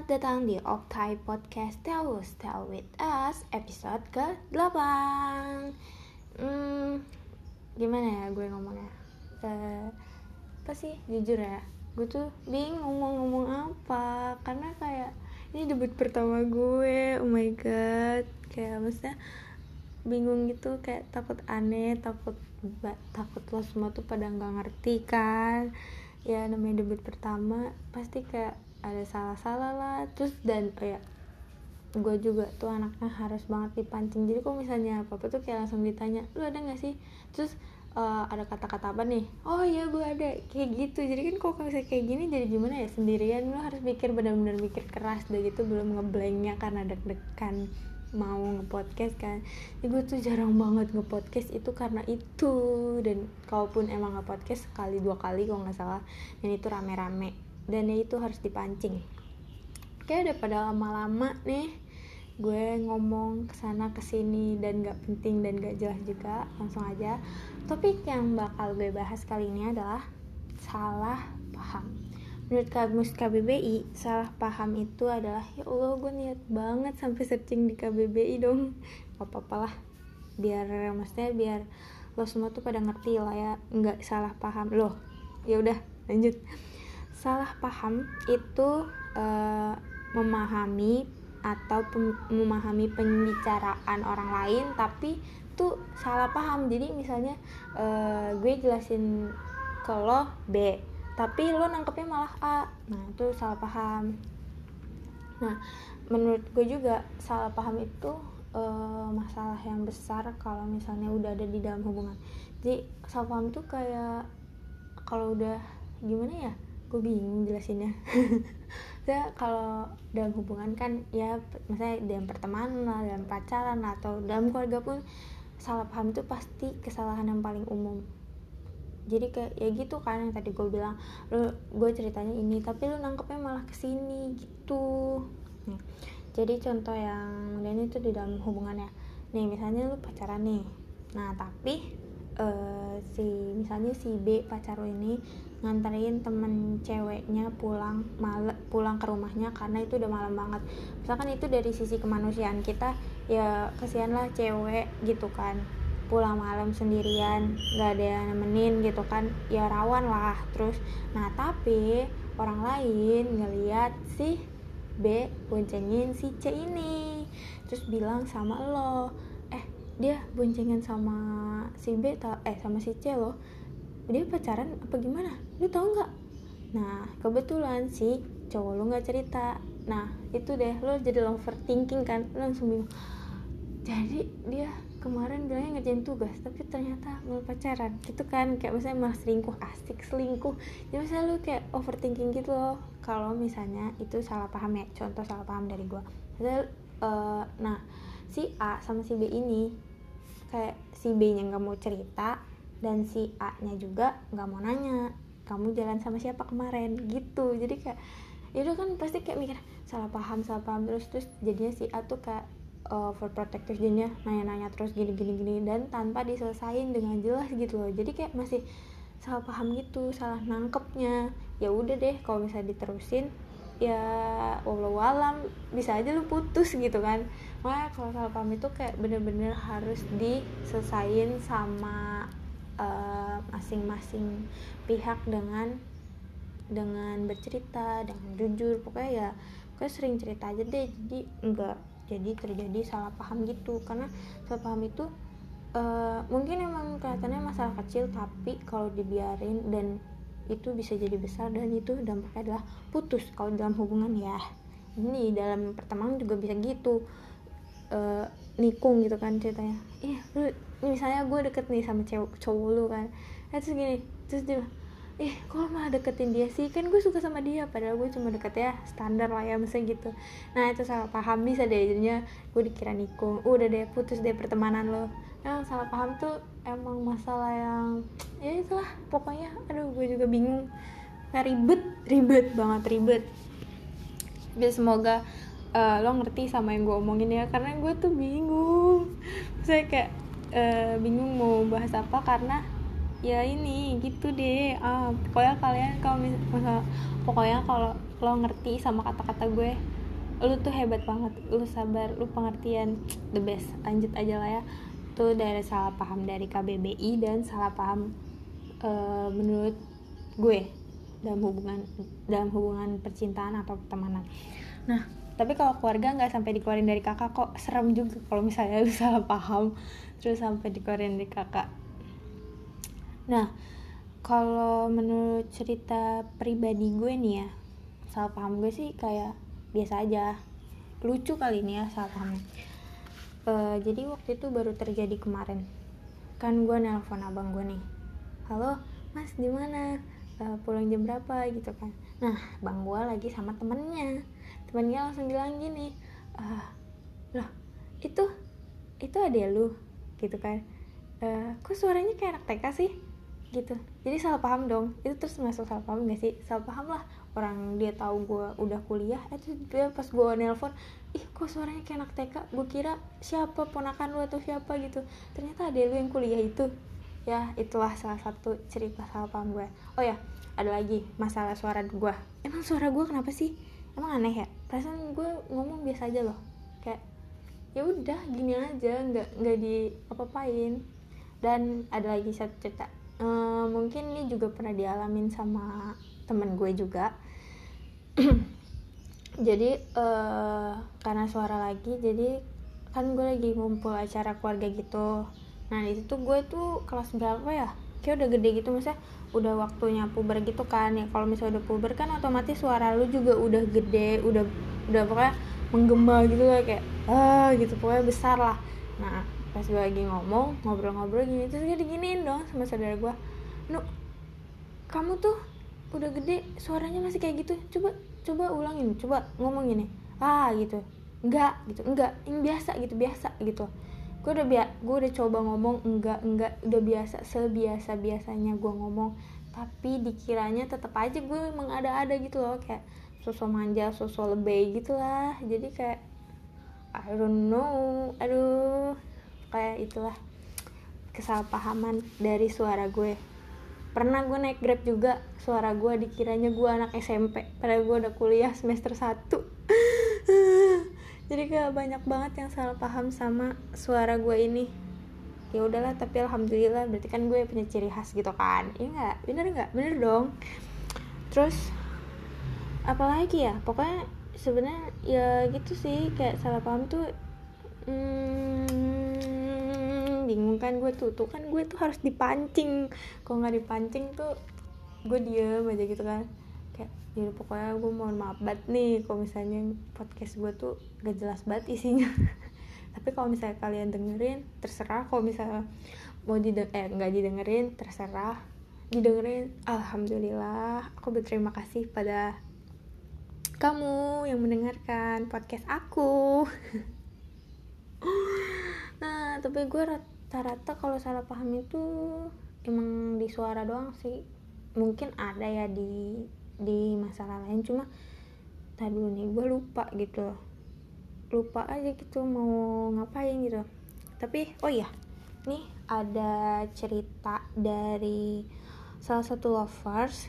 Selamat datang di Optai Podcast Tell with Us episode ke-8. Gimana ya gue ngomongnya? Apa sih? Jujur ya, gue tuh bingung mau ngomong apa. Karena kayak ini debut pertama gue. Oh my god. Kayak maksudnya bingung gitu, kayak takut aneh, takut lo semua tuh pada gak ngerti kan. Ya namanya debut pertama pasti kayak ada salah-salah lah. Terus dan gue juga tuh anaknya harus banget dipancing. Jadi kalau misalnya apa-apa tuh kayak langsung ditanya, lu ada gak sih? Terus ada kata-kata apa nih? Oh iya gue ada, kayak gitu. Jadi kan kalau misalnya kayak gini jadi gimana ya, sendirian lu harus mikir, benar-benar mikir keras. Udah gitu belum ngeblanknya karena deg-degan mau nge-podcast kan. Jadi gue tuh jarang banget nge-podcast itu karena itu. Dan kalaupun emang nge-podcast sekali 2 kali kalau gak salah, dan itu rame-rame, dan ya itu harus dipancing. Kayak daripada lama-lama nih gue ngomong kesana kesini dan gak penting dan gak jelas juga, langsung aja. Topik yang bakal gue bahas kali ini adalah salah paham. Menurut Kamus KBBI, salah paham itu adalah, ya Allah gue niat banget sampai searching di KBBI dong. Apa-apalah, biar maksudnya biar lo semua tuh pada ngerti lah ya, nggak salah paham loh. Ya udah lanjut. Salah paham itu memahami atau memahami pembicaraan orang lain tapi tuh salah paham. Jadi misalnya gue jelasin ke lo B, tapi lo nangkepnya malah A. Nah itu salah paham. Nah menurut gue juga salah paham itu masalah yang besar kalau misalnya udah ada di dalam hubungan. Jadi salah paham tuh kayak kalau udah gimana ya, gue bingung jelasinnya. Ya kalau dalam hubungan kan ya, misalnya dalam pertemanan lah, dalam pacaran lah, atau dalam keluarga pun, salah paham itu pasti kesalahan yang paling umum. Jadi kayak ya gitu kan yang tadi gue bilang, gue ceritanya ini tapi lu nangkepnya malah kesini gitu. Nih, jadi contoh yang dan itu di dalam hubungannya. Nih misalnya lu pacaran nih, nah tapi misalnya si B pacar lo ini nganterin temen ceweknya pulang ke rumahnya karena itu udah malam banget. Misalkan itu dari sisi kemanusiaan kita, ya kasihan lah cewek gitu kan, pulang malam sendirian, gak ada yang nemenin gitu kan, ya rawan lah. Terus nah tapi orang lain ngeliat si B boncengin si C ini, terus bilang sama lo, dia boncengan sama si B sama si C loh, dia pacaran apa gimana, lu tahu nggak? Nah kebetulan si cowok lu nggak cerita. Nah itu deh, lu jadi overthinking kan, lu langsung bingung. Jadi dia kemarin bilangnya ngerjain tugas tapi ternyata mau pacaran gitu kan, kayak misalnya malah selingkuh, asik selingkuh. Jadi misalnya lu kayak overthinking gitu loh kalau misalnya itu salah paham ya. Contoh salah paham dari gue, nah si A sama si B ini, kayak si B nya gak mau cerita dan si A nya juga gak mau nanya kamu jalan sama siapa kemarin gitu. Jadi kayak itu kan pasti kayak mikir salah paham terus jadinya si A tuh kayak overprotective, jadinya nanya-nanya terus gini dan tanpa diselesain dengan jelas gitu loh. Jadi kayak masih salah paham gitu, salah nangkepnya. Ya udah deh kalau misalnya diterusin ya wallahu alam, bisa aja lu putus gitu kan. Makanya kalau salah paham itu kayak bener-bener harus diselesain sama masing-masing pihak dengan bercerita, dengan jujur. Pokoknya ya sering cerita aja deh, jadi enggak jadi terjadi salah paham gitu. Karena salah paham itu mungkin emang kelihatannya masalah kecil, tapi kalau dibiarin dan itu bisa jadi besar, dan itu dampaknya adalah putus kalau dalam hubungan ya. Ini dalam pertemanan juga bisa gitu, nikung gitu kan ceritanya. Lu misalnya gue deket nih sama cowok lu kan, terus gini, terus dia kok malah deketin dia sih, kan gue suka sama dia padahal gue cuma deket ya standar lah ya misalnya gitu. Nah itu salah paham, bisa deh jadinya gue dikira nikung, udah deh putus deh pertemanan lo. Emang salah paham tuh emang masalah yang ya itulah pokoknya. Aduh gue juga bingung, ribet banget. Biar semoga lo ngerti sama yang gue omongin ya, karena gue tuh bingung. Saya kayak bingung mau bahas apa karena ya ini gitu deh. Pokoknya kalian kalau lo ngerti sama kata-kata gue, lu tuh hebat banget, lu sabar, lu pengertian, the best. Lanjut aja lah ya. Tuh dari salah paham dari KBBI dan salah paham menurut gue dalam hubungan percintaan atau pertemanan. Nah, tapi kalau keluarga nggak sampai dikeluarin dari kakak kok. Serem juga kalau misalnya lu salah paham terus sampai dikeluarin dari kakak. Nah, kalau menurut cerita pribadi gue nih ya, salah paham gue sih kayak biasa aja, lucu kali ini ya salah pahamnya. Jadi waktu itu baru terjadi kemarin. Kan gue nelpon abang gue nih, halo mas di mana, pulang jam berapa gitu kan. Nah bang gue lagi sama temennya langsung bilang gini, loh itu adek lu gitu kan, kok suaranya kayak anak TK sih gitu. Jadi salah paham dong. Itu terus masuk salah paham gak sih? Salah paham lah, orang dia tahu gue udah kuliah. Itu dia pas gue nelpon, ih kok suaranya kayak anak TK. Gue kira siapa, ponakan lu atau siapa gitu, ternyata ada lu yang kuliah itu. Ya itulah salah satu cerita salah paham gue. Oh ya, ada lagi masalah suara gue. Emang suara gue kenapa sih? Emang aneh ya? Perasaan gue ngomong biasa aja loh, kayak ya udah gini aja, nggak di apa-apain. Dan ada lagi satu cerita, mungkin ini juga pernah dialamin sama temen gue juga. Jadi karena suara lagi, jadi kan gue lagi ngumpul acara keluarga gitu. Nah di situ gue tuh kelas berapa ya, kayak udah gede gitu, maksudnya udah waktunya puber gitu kan ya. Kalau misalnya udah puber kan otomatis suara lu juga udah gede, udah pokoknya menggema gitu lah, kayak gitu, pokoknya besar lah. Nah pas gue lagi ngobrol-ngobrol gini, terus gue diginiin dong sama saudara gue, "Nu, kamu tuh udah gede suaranya masih kayak gitu, coba ulangin, coba ngomong gini." Gitu, enggak yang biasa gitu. Gue udah coba ngomong enggak, udah biasa, sebiasa-biasanya gue ngomong, tapi dikiranya tetap aja gue mengada-ada gitu loh, kayak sosok manja, sosok lebay gitulah. Jadi kayak I don't know, kayak itulah kesalahpahaman dari suara gue. Pernah gue naik Grab juga, suara gue dikiranya gue anak SMP, padahal gue udah kuliah semester 1. Jadi kayak banyak banget yang salah paham sama suara gue ini. Ya udahlah, tapi alhamdulillah berarti kan gue punya ciri khas gitu kan. Iya enggak? Bener dong. Terus apalagi ya, pokoknya sebenarnya ya gitu sih, kayak salah paham tuh bingung kan gue tuh kan gue tuh harus dipancing. Kalau nggak dipancing tuh gue diem aja gitu kan, kayak jadi pokoknya gue mohon maaf banget nih kalau misalnya podcast gue tuh gak jelas banget isinya. Tapi kalau misalnya kalian dengerin terserah, kalau misalnya mau nggak didengerin terserah, didengerin alhamdulillah. Aku berterima kasih pada kamu yang mendengarkan podcast aku. Nah tapi gue rata-rata kalau salah paham itu emang di suara doang sih. Mungkin ada ya di masalah lain, cuma tadi dulu nih gue lupa aja gitu mau ngapain gitu. Tapi oh iya, nih ada cerita dari salah satu lovers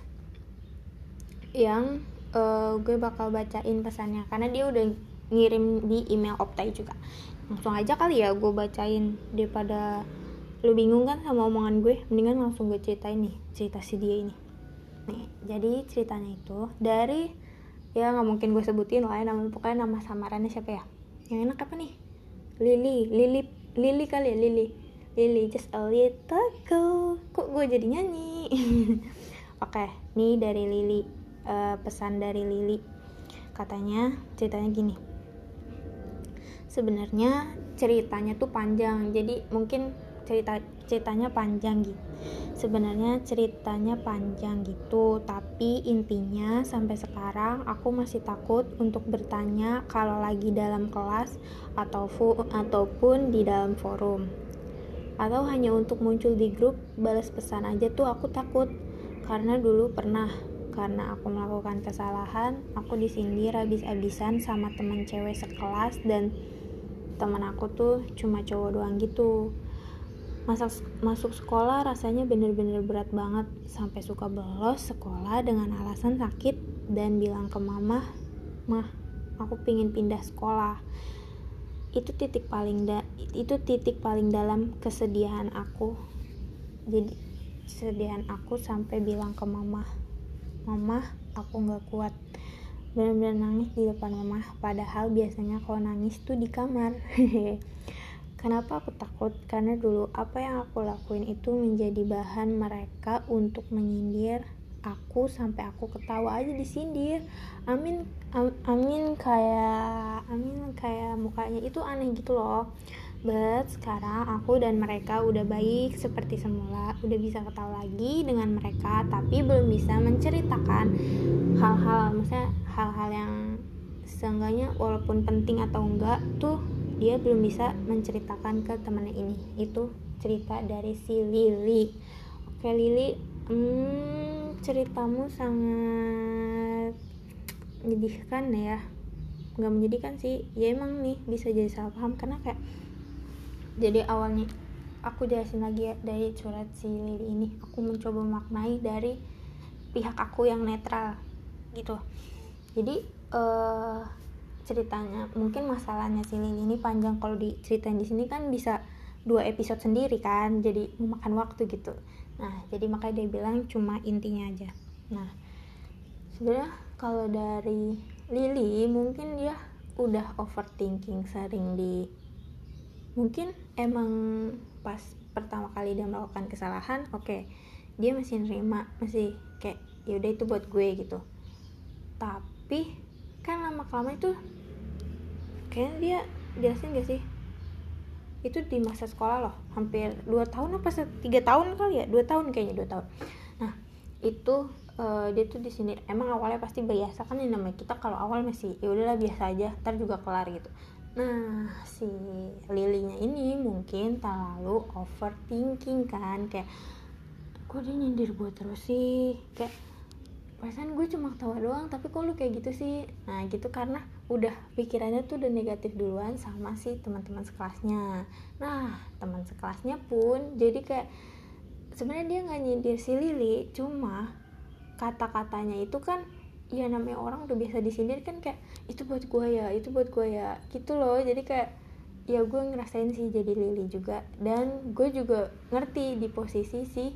yang gue bakal bacain pesannya karena dia udah ngirim di email Optai juga. Langsung aja kali ya gue bacain, daripada lu bingung kan sama omongan gue, mendingan langsung gue ceritain nih cerita si dia ini. Nih, jadi ceritanya itu dari, ya nggak mungkin gue sebutin lah ya namanya, pokoknya nama samarannya siapa ya? Yang enak apa nih? Lily kali ya, Lily just a little girl. Kok gue jadi nyanyi? Oke, nih dari Lily, pesan dari Lily. Katanya ceritanya gini. Sebenarnya ceritanya tuh panjang, jadi mungkin ceritanya panjang gitu. Sebenarnya ceritanya panjang gitu, tapi intinya sampai sekarang aku masih takut untuk bertanya kalau lagi dalam kelas ataupun di dalam forum, atau hanya untuk muncul di grup balas pesan aja tuh aku takut. Karena dulu pernah, karena aku melakukan kesalahan, aku disindir habis-habisan sama teman cewek sekelas, dan teman aku tuh cuma cowok doang gitu. Masuk sekolah rasanya bener-bener berat banget, sampai suka bolos sekolah dengan alasan sakit dan bilang ke mama, "Mah, aku pingin pindah sekolah." Itu titik paling dalam kesedihan aku. Jadi kesedihan aku sampai bilang ke mama, "Mama, aku nggak kuat." Benar-benar nangis di depan mama, padahal biasanya kalau nangis tuh di kamar. Kenapa aku takut? Karena dulu apa yang aku lakuin itu menjadi bahan mereka untuk menyindir aku, sampai aku ketawa aja disindir. Amin kayak mukanya itu aneh gitu loh. But sekarang aku dan mereka udah baik seperti semula, udah bisa ketawa lagi dengan mereka, tapi belum bisa menceritakan hal-hal yang seenggaknya walaupun penting atau enggak tuh dia belum bisa menceritakan ke temannya ini. Itu cerita dari si Lili. Oke Lili, ceritamu sangat menyedihkan ya. Nggak menyedihkan sih, ya emang nih bisa jadi salah paham, karena kayak jadi awalnya aku jelasin lagi ya, dari surat si Lili ini aku mencoba maknai dari pihak aku yang netral gitu. Jadi ceritanya mungkin masalahnya si Lili ini panjang, kalau diceritain di sini kan bisa 2 episode sendiri kan, jadi memakan waktu gitu. Nah jadi makanya dia bilang cuma intinya aja. Nah sebenarnya kalau dari Lili mungkin dia udah overthinking, mungkin emang pas pertama kali dia melakukan kesalahan, oke, dia masih nerima, masih kayak yaudah itu buat gue gitu. Tapi kan lama-kelamaan itu kayaknya dia jelasin gak sih, itu di masa sekolah loh, hampir 2 tahun apa 3 tahun kali ya, 2 tahun kayaknya, 2 tahun. Nah itu dia tuh di sini emang awalnya pasti biasa kan, yang namanya kita kalau awal masih ya udahlah biasa aja, ntar juga kelar gitu. Nah si Lilinya ini mungkin terlalu overthinking kan, kayak kok dia nyindir gue terus sih, kayak perasaan gue cuma ketawa doang tapi kok lu kayak gitu sih. Nah gitu, karena udah pikirannya tuh udah negatif duluan sama si teman-teman sekelasnya. Nah teman sekelasnya pun jadi kayak sebenarnya dia nggak nyindir si Lili, cuma kata-katanya itu kan ya namanya orang udah biasa disindir kan, kayak itu buat gue ya, itu buat gue ya gitu loh. Jadi kayak ya gue ngerasain sih jadi Lili juga, dan gue juga ngerti di posisi si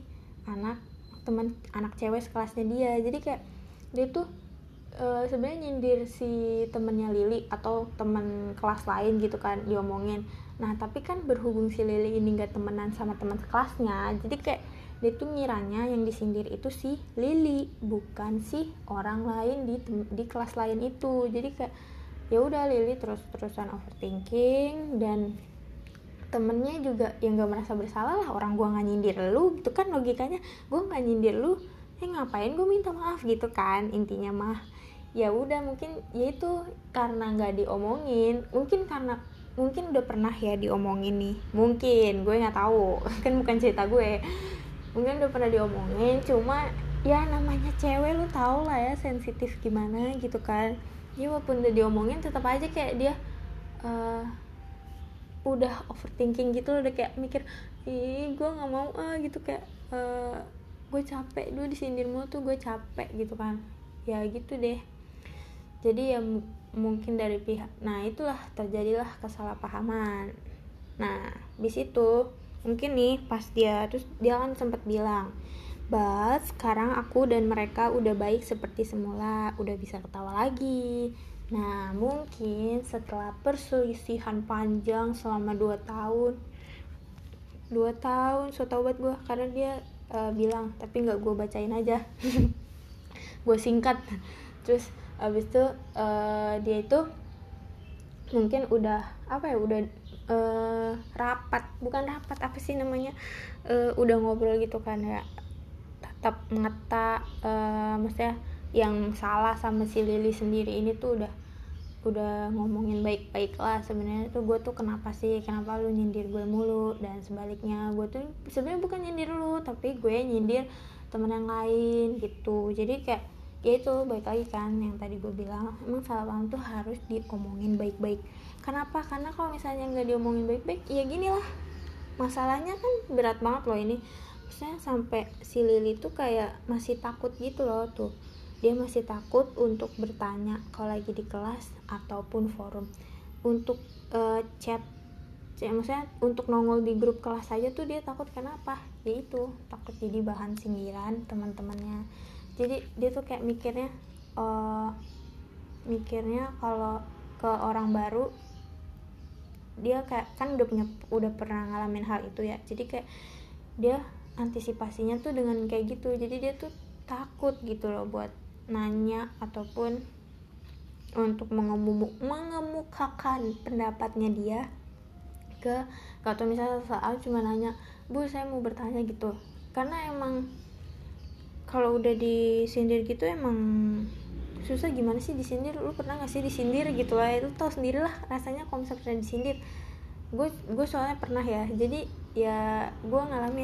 anak cewek sekelasnya dia. Jadi kayak dia tuh sebenarnya nyindir si temennya Lili atau teman kelas lain gitu kan, diomongin. Nah tapi kan berhubung si Lili ini gak temenan sama teman sekelasnya, jadi kayak dia tuh ngiranya yang disindir itu si Lili, bukan si orang lain di kelas lain itu. Jadi kayak ya udah Lili terus-terusan overthinking, dan temennya juga yang gak merasa bersalah lah, orang gue gak nyindir lu gitu kan, logikanya gue gak nyindir lu, ngapain gue minta maaf gitu kan. Intinya mah ya udah, mungkin ya itu karena gak diomongin, mungkin udah pernah ya diomongin nih, mungkin gue gak tahu kan bukan cerita gue, mungkin udah pernah diomongin, cuma ya namanya cewek lu tau lah ya sensitif gimana gitu kan. Ya walaupun udah diomongin tetap aja kayak dia udah overthinking gitu, udah kayak mikir ih gue nggak mau gitu, kayak gue capek dulu disindir mulu tuh, gue capek gitu kan, ya gitu deh. Jadi ya mungkin dari pihak, nah itulah terjadilah kesalahpahaman. Nah di situ mungkin nih pas dia kan sempat bilang, "But sekarang aku dan mereka udah baik seperti semula, udah bisa ketawa lagi." Nah mungkin setelah perselisihan panjang selama 2 tahun so tau banget gue, karena dia bilang, tapi gak gue bacain aja gue singkat. Terus abis itu dia itu mungkin udah bukan rapat apa sih namanya, udah ngobrol gitu kan ya, tetap ngeta, maksudnya yang salah sama si Lili sendiri ini tuh udah ngomongin baik-baik lah, sebenarnya tuh gue tuh kenapa lu nyindir gue mulu, dan sebaliknya gue tuh sebenarnya bukan nyindir lu tapi gue nyindir temen yang lain gitu. Jadi kayak ya itu balik lagi kan yang tadi gue bilang, emang salah paham tuh harus diomongin baik-baik. Kenapa? Karena kalau misalnya nggak diomongin baik-baik ya gini lah, masalahnya kan berat banget loh ini, maksudnya sampai si Lily tuh kayak masih takut gitu loh tuh, dia masih takut untuk bertanya kalau lagi di kelas ataupun forum, untuk chat, maksudnya untuk nongol di grup kelas aja tuh dia takut. Kenapa? Ya itu, takut jadi bahan sindiran teman-temannya. Jadi dia tuh kayak mikirnya kalau ke orang baru, dia kayak kan udah pernah ngalamin hal itu ya, jadi kayak dia antisipasinya tuh dengan kayak gitu. Jadi dia tuh takut gitu loh buat nanya ataupun untuk mengemukakan pendapatnya dia ke, atau misalnya soal cuma nanya, Bu saya mau bertanya gitu. Karena emang kalau udah disindir gitu emang susah. Gimana sih disindir? Lu pernah gak sih disindir gitu lah, lu tau sendiri lah rasanya kalau misalnya pernah disindir. Gue soalnya pernah ya, jadi ya gue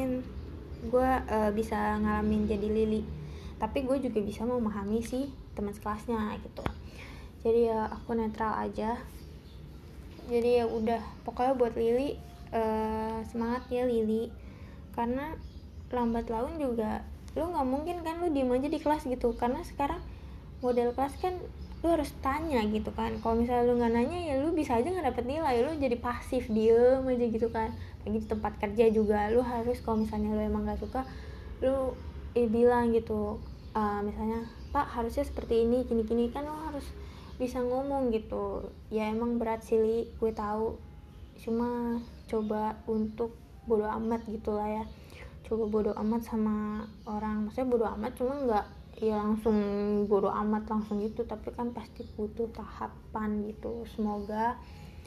bisa ngalamin jadi Lily, tapi gue juga bisa memahami si teman sekelasnya gitu. Jadi ya aku netral aja. Jadi ya udah, pokoknya buat Lily, semangat ya Lily, karena lambat laun juga lu nggak mungkin kan lu diem aja di kelas gitu, karena sekarang model kelas kan lu harus tanya gitu kan. Kalau misalnya lu nggak nanya ya lu bisa aja nggak dapet nilai, lu jadi pasif diem aja gitu kan. Lagi di tempat kerja juga lu harus, kalau misalnya lu emang nggak suka, lu bilang gitu, misalnya Pak harusnya seperti ini gini kan, lu harus bisa ngomong gitu. Ya emang berat sih Li, gue tahu, cuma coba untuk bodo amat gitu lah ya, coba bodo amat sama orang. Maksudnya bodo amat cuma nggak ya langsung bodo amat langsung gitu, tapi kan pasti butuh tahapan gitu. Semoga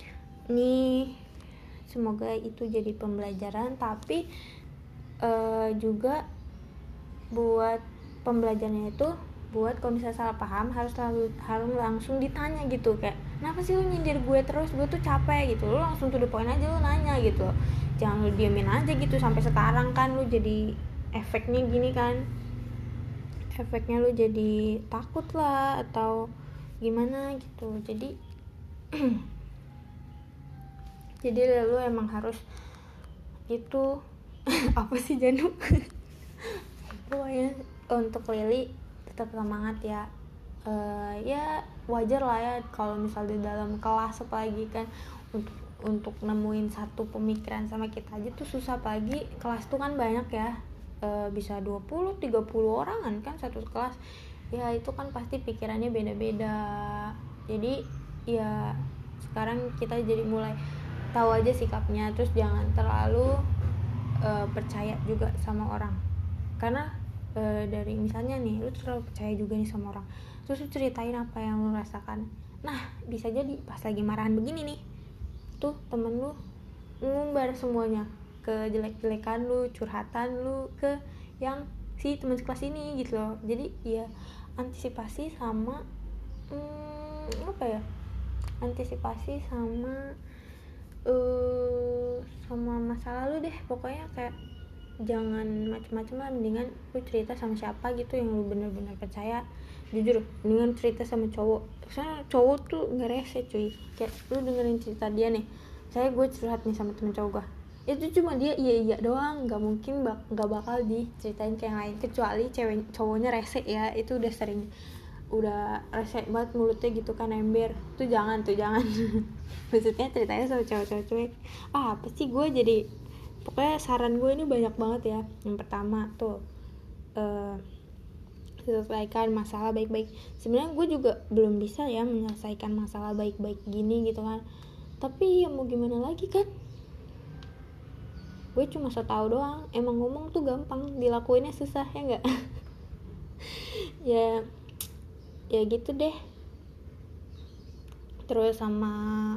itu jadi pembelajaran, tapi juga buat pembelajarannya itu buat kalau misalnya salah paham harus langsung ditanya gitu, kayak kenapa sih lu nyindir gue terus, gue tuh capek gitu. Lu langsung to the point aja, lu nanya gitu, jangan lu diemin aja gitu sampai sekarang kan lu jadi efeknya gini kan, efeknya lu jadi takut lah atau gimana gitu. Jadi jadi lu emang harus itu apa sih Janu pokoknya untuk Lily tetap semangat ya. Ya wajar lah ya kalau misal di dalam kelas apalagi kan, untuk nemuin satu pemikiran sama kita aja tuh susah, apalagi kelas tuh kan banyak ya, bisa 20-30 orangan kan satu kelas. Ya itu kan pasti pikirannya beda-beda. Jadi ya sekarang kita jadi mulai tahu aja sikapnya, terus jangan terlalu percaya juga sama orang. Karena dari misalnya nih lu terlalu percaya juga nih sama orang, terus lu ceritain apa yang lu rasakan, nah bisa jadi pas lagi marahan begini nih tuh temen lu ngumbar semuanya, ke jelek-jelekan lu, curhatan lu ke yang si teman sekelas ini gitu loh. Jadi ya antisipasi sama antisipasi sama masa lalu deh pokoknya. Kayak jangan macem-macem lah, mendingan lu cerita sama siapa gitu yang lu bener-bener percaya. Jujur, mendingan cerita sama cowok, soalnya cowok tuh nggak rese cuy. Kayak lu dengerin cerita dia nih, saya gue curhat nih sama temen cowok gue, itu cuma dia iya doang, nggak mungkin nggak bakal diceritain ke yang lain, kecuali cowoknya rese ya, itu udah rese banget mulutnya gitu kan, ember tuh jangan maksudnya ceritanya sama cowok-cowok cuek. Apa sih gue jadi, pokoknya saran gue ini banyak banget ya. Yang pertama tuh selesaikan masalah baik-baik. Sebenarnya gue juga belum bisa ya menyelesaikan masalah baik-baik gini gitu kan, tapi ya mau gimana lagi kan, gue cuma so tau doang. Emang ngomong tuh gampang, dilakuinnya susah ya nggak? ya gitu deh. Terus sama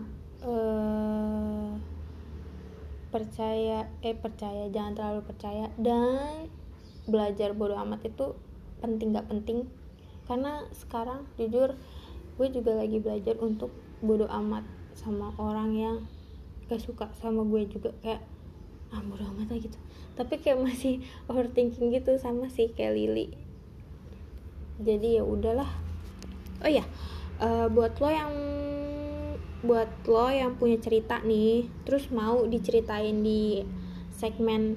percaya jangan terlalu percaya, dan belajar bodo amat itu penting gak penting. Karena sekarang jujur gue juga lagi belajar untuk bodo amat sama orang yang gak suka sama gue juga, kayak bodo amat lah gitu, tapi kayak masih overthinking gitu, sama sih kayak Lily. Jadi ya udahlah. Oh iya, buat lo yang punya cerita nih, terus mau diceritain di segmen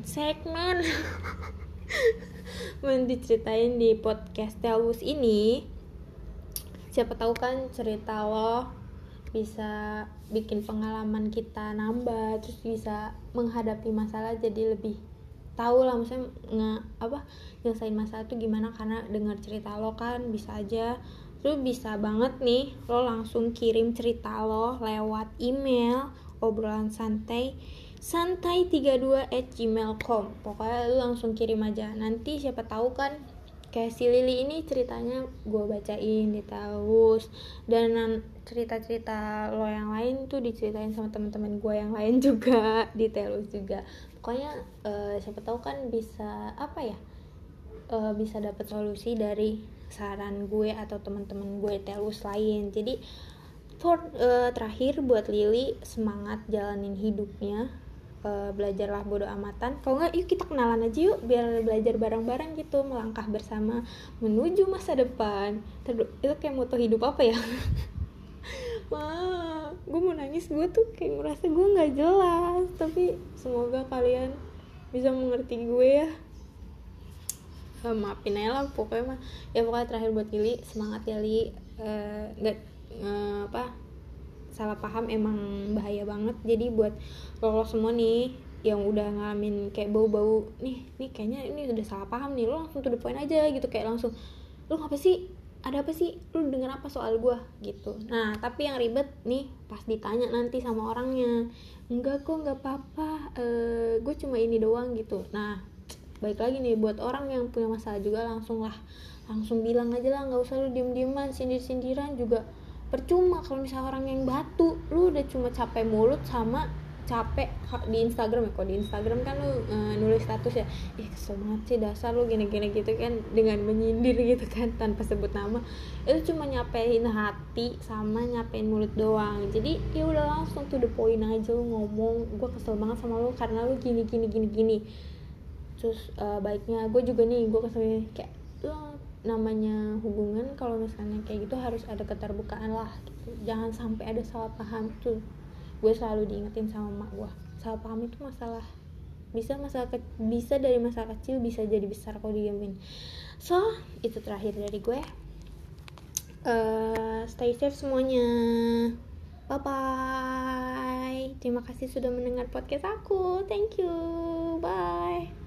diceritain di podcast Telus ini. Siapa tahu kan cerita lo bisa bikin pengalaman kita nambah, terus bisa menghadapi masalah jadi lebih tahu lah, maksudnya nyelesain masalah tuh gimana, karena dengar cerita lo kan bisa aja. Terus bisa banget nih lo langsung kirim cerita lo lewat email obrolan santai 32@gmail.com. Pokoknya lo langsung kirim aja, nanti siapa tahu kan kayak si Lili ini ceritanya gue bacain di Telus, dan cerita-cerita lo yang lain tuh diceritain sama teman-teman gue yang lain juga di Telus juga. Pokoknya siapa tahu kan bisa bisa dapat solusi dari saran gue atau teman-teman gue Telus lain. Jadi terakhir buat Lili, semangat jalanin hidupnya. Belajarlah bodo amatan. Kalau nggak, yuk kita kenalan aja yuk, biar belajar bareng-bareng gitu, melangkah bersama menuju masa depan. Itu kayak moto hidup apa ya? Wah, gue mau nangis. Gue tuh kayak ngerasa gue nggak jelas, tapi semoga kalian bisa mengerti gue ya. Maafin aja lah pokoknya mah. Ya pokoknya terakhir buat Lili, semangat ya Li. Salah paham emang bahaya banget. Jadi buat lo semua nih yang udah ngalamin kayak bau-bau nih kayaknya ini udah salah paham nih, lo langsung to the point aja gitu, kayak langsung lo ngapa sih, ada apa sih, lo denger apa soal gue gitu. Nah tapi yang ribet nih pas ditanya nanti sama orangnya, enggak kok nggak apa-apa, gue cuma ini doang gitu. Nah baik lagi nih buat orang yang punya masalah juga, langsung bilang aja lah, nggak usah lu diem-dieman, sindir-sindiran juga percuma. Kalau misalnya orang yang batu, lu udah cuma capek mulut sama capek di Instagram ya. Kalau di Instagram kan lu nulis status ya, kesel banget sih dasar lu gini-gini gitu kan, dengan menyindir gitu kan tanpa sebut nama. Itu cuma nyapein hati sama nyapein mulut doang. Jadi ya udah langsung to the point aja lu ngomong, gue kesel banget sama lu karena lu gini. Terus baiknya gue juga nih, gue kesel kayak lo, namanya hubungan kalau misalnya kayak gitu harus ada keterbukaan lah gitu. Jangan sampai ada salah paham tuh. Gue selalu diingetin sama emak gue, salah paham itu bisa dari masalah kecil bisa jadi besar kalau diamin. So itu terakhir dari gue. Stay safe semuanya. Bye bye. Terima kasih sudah mendengar podcast aku. Thank you. Bye.